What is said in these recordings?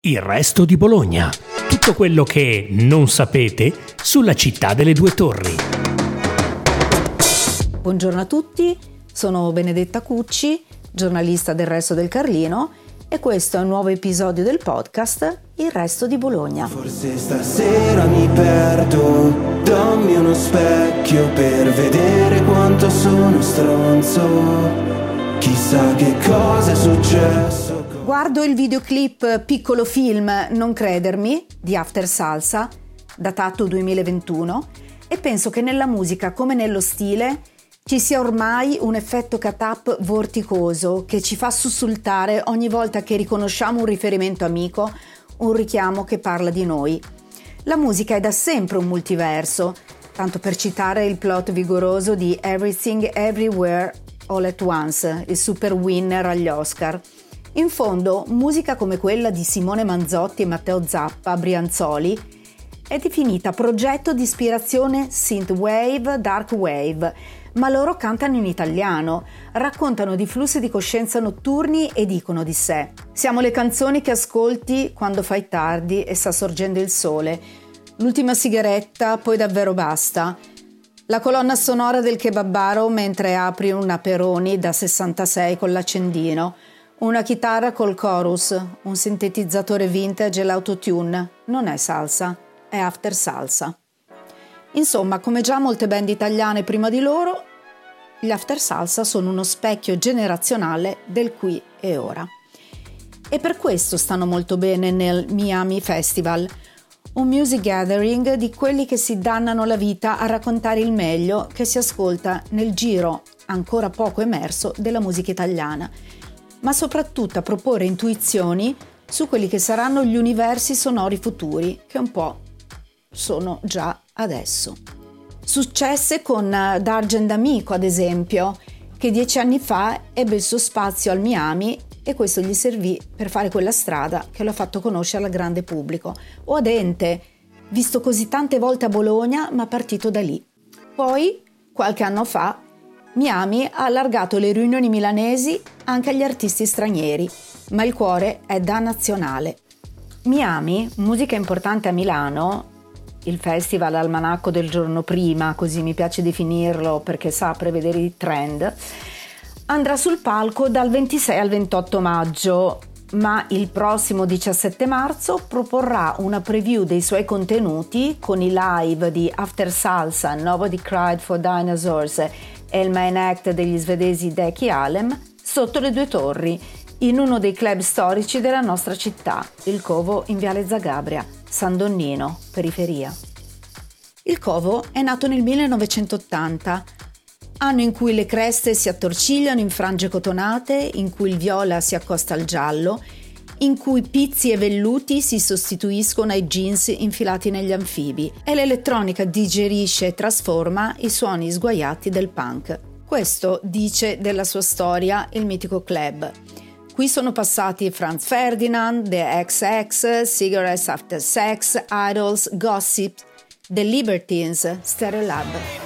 Il resto di Bologna. Tutto quello che non sapete sulla città delle due torri. Buongiorno a tutti, sono Benedetta Cucci, giornalista del Resto del Carlino, e questo è un nuovo episodio del podcast Il resto di Bologna. Forse stasera mi perdo, dammi uno specchio per vedere quanto sono stronzo. Chissà che cosa è successo. Guardo il videoclip Piccolo Film, non credermi, di After Salsa, datato 2021, e penso che nella musica come nello stile ci sia ormai un effetto cut-up vorticoso che ci fa sussultare ogni volta che riconosciamo un riferimento amico, un richiamo che parla di noi. La musica è da sempre un multiverso, tanto per citare il plot vigoroso di Everything Everywhere All at Once, il super winner agli Oscar. In fondo, musica come quella di Simone Manzotti e Matteo Zappa, Brianzoli, è definita progetto di ispirazione synthwave, dark wave, ma loro cantano in italiano, raccontano di flussi di coscienza notturni e dicono di sé. Siamo le canzoni che ascolti quando fai tardi e sta sorgendo il sole. L'ultima sigaretta, poi davvero basta. La colonna sonora del kebabaro mentre apri un Aperoni da 66 con l'accendino. Una chitarra col chorus, un sintetizzatore vintage e l'autotune. Non è salsa, è after salsa. Insomma, come già molte band italiane prima di loro, gli after salsa sono uno specchio generazionale del qui e ora. E per questo stanno molto bene nel Miami Festival, un music gathering di quelli che si dannano la vita a raccontare il meglio che si ascolta nel giro ancora poco emerso della musica italiana, ma soprattutto a proporre intuizioni su quelli che saranno gli universi sonori futuri, che un po' sono già adesso. Successe con D'Argent D'Amico, ad esempio, che 10 anni fa ebbe il suo spazio al Miami e questo gli servì per fare quella strada che lo ha fatto conoscere al grande pubblico. O Adente, visto così tante volte a Bologna, ma partito da lì. Poi, qualche anno fa, Miami ha allargato le riunioni milanesi anche agli artisti stranieri, ma il cuore è da nazionale. Miami, musica importante a Milano, il festival almanacco del giorno prima, così mi piace definirlo perché sa prevedere i trend, andrà sul palco dal 26 al 28 maggio, ma il prossimo 17 marzo proporrà una preview dei suoi contenuti con i live di After Salsa, Nobody Cried for Dinosaurs e il main act degli svedesi Deki Alem sotto le due torri, in uno dei club storici della nostra città, il Covo in Viale Zagabria, San Donnino, periferia. Il Covo è nato nel 1980, anno in cui le creste si attorcigliano in frange cotonate, in cui il viola si accosta al giallo, in cui pizzi e velluti si sostituiscono ai jeans infilati negli anfibi e l'elettronica digerisce e trasforma i suoni sguaiati del punk. Questo dice della sua storia il mitico club. Qui sono passati Franz Ferdinand, The XX, Cigarettes After Sex, Idols, Gossip, The Libertines, Stereolab.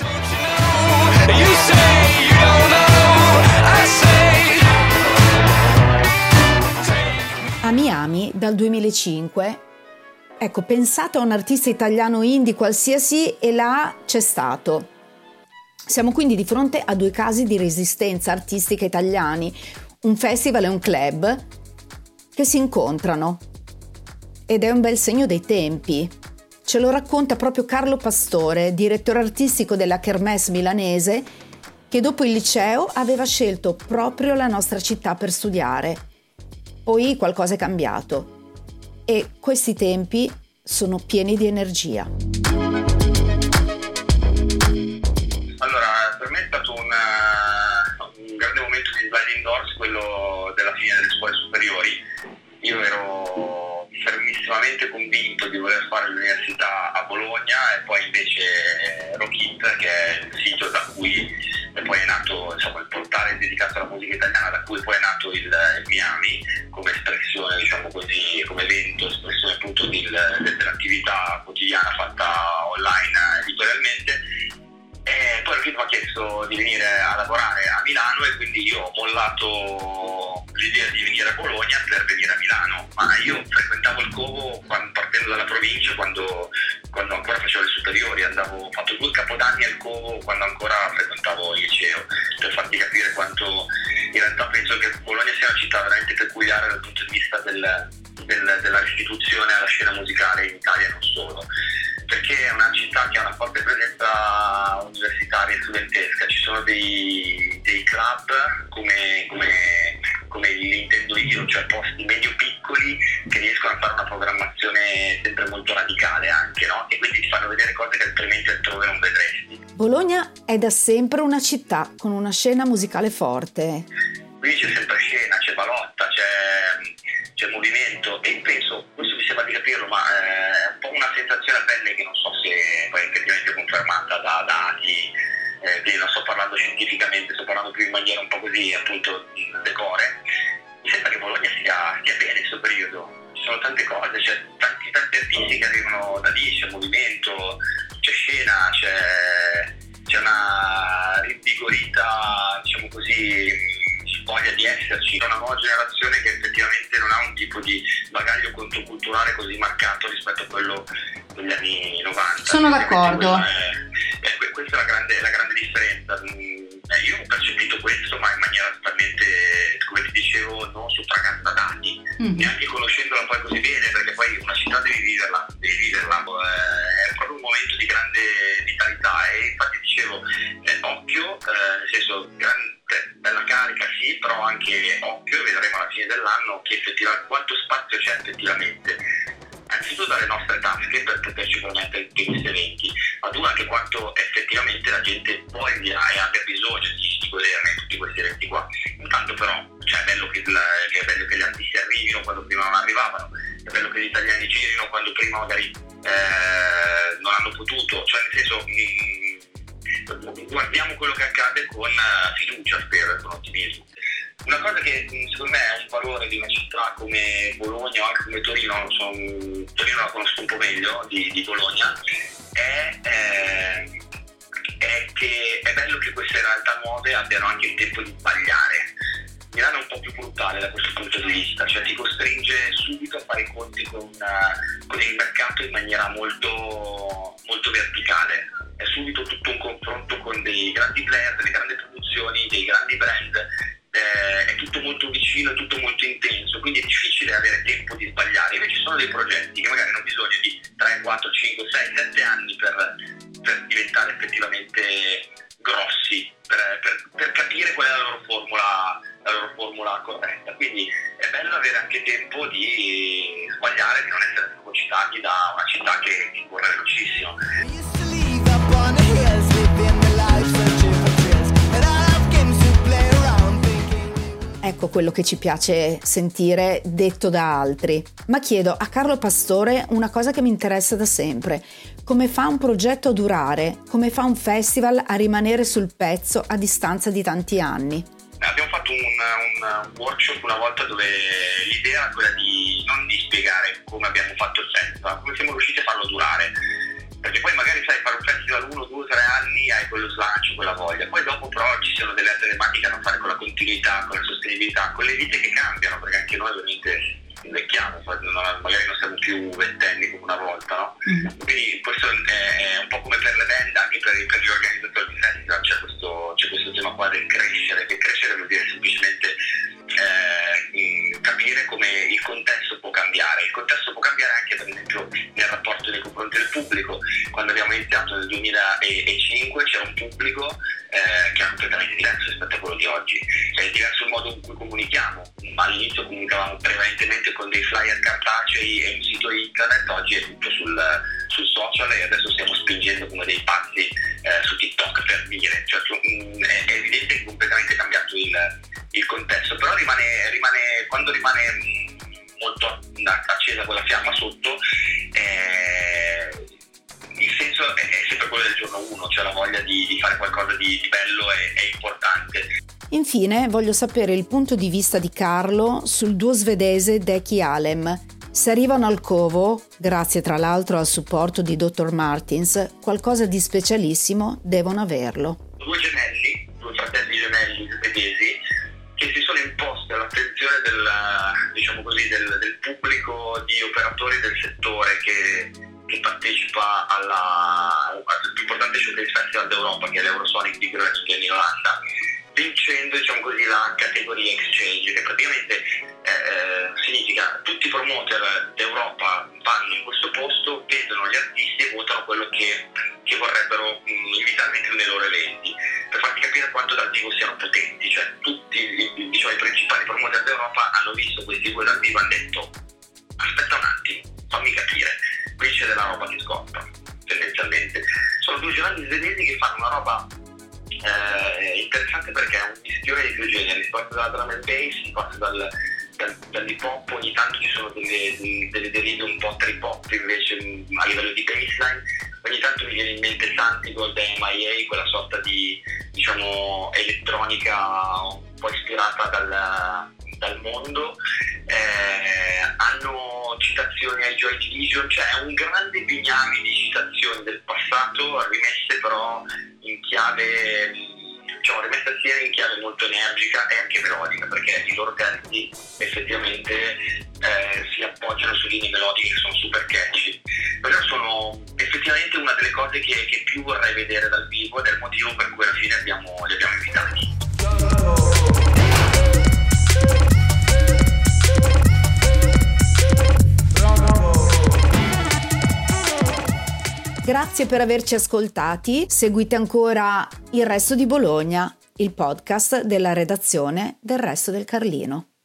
A Miami dal 2005, ecco, pensate a un artista italiano indie qualsiasi e là c'è stato. Siamo quindi di fronte a due casi di resistenza artistica italiani, un festival e un club che si incontrano ed è un bel segno dei tempi. Ce lo racconta proprio Carlo Pastore, direttore artistico della Kermesse milanese, che dopo il liceo aveva scelto proprio la nostra città per studiare. Poi qualcosa è cambiato e questi tempi sono pieni di energia. Allora, per me è stato un grande momento di sliding doors, quello della fine delle scuole superiori. Io ero fermissimamente convinto di voler fare l'università a Bologna e poi invece Rockit, che è il sito da cui poi è nato, insomma, il portale dedicato alla musica italiana, da cui poi è nato il Miami come espressione, diciamo così, come evento, espressione appunto dell'attività quotidiana fatta online editorialmente. E poi Rockit mi ha chiesto di venire a lavorare a Milano e quindi io ho mollato l'idea di venire a Bologna per venire a Milano, ma io frequentavo il quando ancora facevo le superiori, ho fatto 2 capodanni al Covo quando ancora frequentavo il liceo, per farti capire quanto in realtà penso che Bologna sia una città veramente peculiare dal punto di vista della restituzione alla scena musicale in Italia e non solo, perché è una città che ha una forte presenza universitaria e studentesca. Ci sono dei club come li intendo io, cioè posti medio piccoli che riescono a fare una programmazione sempre molto radicale anche, no? E quindi ti fanno vedere cose che altrimenti altrove non vedresti. Bologna è da sempre una città con una scena musicale forte. Qui c'è sempre scena, c'è balotta, c'è movimento, e penso, questo mi sembra di capirlo, ma è un po' una sensazione a pelle che non so se poi effettivamente è confermata da dati, quindi non sto parlando scientificamente, sto parlando più in maniera un po' così appunto decore. Mi sembra che Bologna stia bene in questo periodo, ci sono tante cose, c'è tanti artisti che arrivano da lì, c'è movimento, c'è scena, c'è una rinvigorita, diciamo così, voglia di esserci. È una nuova generazione che effettivamente non ha un tipo di bagaglio controculturale così marcato rispetto a quello degli anni 90. Sono d'accordo. Questa è la grande differenza. Io ho percepito questo, ma in maniera totalmente, come ti dicevo, non suffragata da dati, neanche conoscendola poi così bene, perché poi una città devi viverla. È proprio un momento di grande vitalità, e infatti dicevo, occhio, nel senso, bella carica sì, però anche occhio, vedremo alla fine dell'anno che effettivamente quanto spazio c'è effettivamente, anzitutto dalle nostre tasche per poterci permettere tutti questi eventi, ma due anche quanto effettivamente la gente voglia e abbia bisogno di goderne tutti questi eventi qua. Intanto però, cioè, è bello che gli artisti arrivino quando prima non arrivavano, è bello che gli italiani girino quando prima magari non hanno potuto, cioè nel senso, guardiamo quello che accade con fiducia, spero, e con ottimismo. Una cosa che secondo me è un valore di una città come Bologna o anche come Torino, Torino la conosco un po' meglio di Bologna, è che è bello che queste realtà nuove abbiano anche il tempo di sbagliare. Milano è un po' più brutale da questo punto di vista, cioè ti costringe subito a fare i conti con il mercato in maniera molto, molto verticale. È subito tutto un confronto con dei grandi player, delle grandi produzioni, dei grandi brand, è tutto molto vicino, è tutto molto intenso, quindi è difficile avere tempo di sbagliare. Invece ci sono dei progetti che magari hanno bisogno di 3, 4, 5, 6, 7 anni per diventare effettivamente grossi, per capire qual è la loro formula corretta. Quindi è bello avere anche tempo di sbagliare, di non essere fagocitati da una città che corre velocissimo. Ecco quello che ci piace sentire detto da altri. Ma chiedo a Carlo Pastore una cosa che mi interessa da sempre. Come fa un progetto a durare? Come fa un festival a rimanere sul pezzo a distanza di tanti anni? Abbiamo fatto un workshop una volta dove l'idea era quella non di spiegare come abbiamo fatto il festival, come siamo riusciti a farlo durare. Perché poi magari sai, fare un festival 1, 2, 3 anni hai quello slancio, quella voglia, poi dopo però ci sono delle altre tematiche che hanno a fare con la continuità, con la sostenibilità, con le vite che cambiano, perché anche noi ovviamente invecchiamo, magari non siamo più ventenni come una volta, no? Quindi questo è un po' come per le band, anche per gli organizzatori di festival c'è questo tema qua del crescere, che crescere vuol dire semplicemente capire come il contesto può cambiare. Il contesto può cambiare anche per esempio nel rapporto nei confronti del pubblico. Quando abbiamo iniziato nel 2005 c'era un pubblico che è completamente diverso rispetto a quello di oggi. È diverso il modo in cui comunichiamo. All'inizio comunicavamo prevalentemente con dei flyer cartacei e un sito internet, oggi è tutto sul social, e adesso stiamo spingendo come dei pazzi su TikTok, per dire. Cioè, è evidente che è completamente cambiato il contesto, però quando rimane molto accesa quella fiamma sotto, il senso è sempre quello del giorno 1, cioè la voglia di fare qualcosa di bello e importante. Infine voglio sapere il punto di vista di Carlo sul duo svedese Deki Alem. Se arrivano al Covo, grazie tra l'altro al supporto di Dr. Martins, qualcosa di specialissimo devono averlo. Due fratelli gemelli svedesi, che si sono imposti all'attenzione del pubblico di operatori del settore che che partecipa al più importante showcase festival d'Europa, che è l'Eurosonic Big Reds in Olanda, vincendo, diciamo così, la categoria Exchange, che praticamente significa tutti i promoter d'Europa vanno in questo posto, vedono gli artisti e votano quello che vorrebbero invitarli nei loro eventi, per farti capire quanto dal vivo siano potenti. Cioè tutti i principali promoter d'Europa hanno visto questi due dal vivo e hanno detto: aspetta un attimo, fammi capire, qui c'è della roba che scotta. Tendenzialmente sono due giornali svedesi che fanno una roba interessante, perché è un mischione di due generi. Si parte dalla drum and bass, si passa dall'hip hop, ogni tanto ci sono delle derive un po' trip hop invece a livello di bassline, ogni tanto mi viene in mente Santigold e MIA, quella sorta di, diciamo, elettronica un po' ispirata dal mondo. Hanno citazioni ai Joy Division, cioè è un grande bignami di citazioni del passato rimesse però in chiave, diciamo, rimesse assieme in chiave molto energica e anche melodica, perché i loro testi effettivamente si appoggiano su linee melodiche che sono super catchy. Però sono effettivamente una delle cose che più vorrei vedere dal vivo, ed è il motivo per cui alla fine li abbiamo invitati. Grazie per averci ascoltati. Seguite ancora Il Resto di Bologna, il podcast della redazione del Resto del Carlino.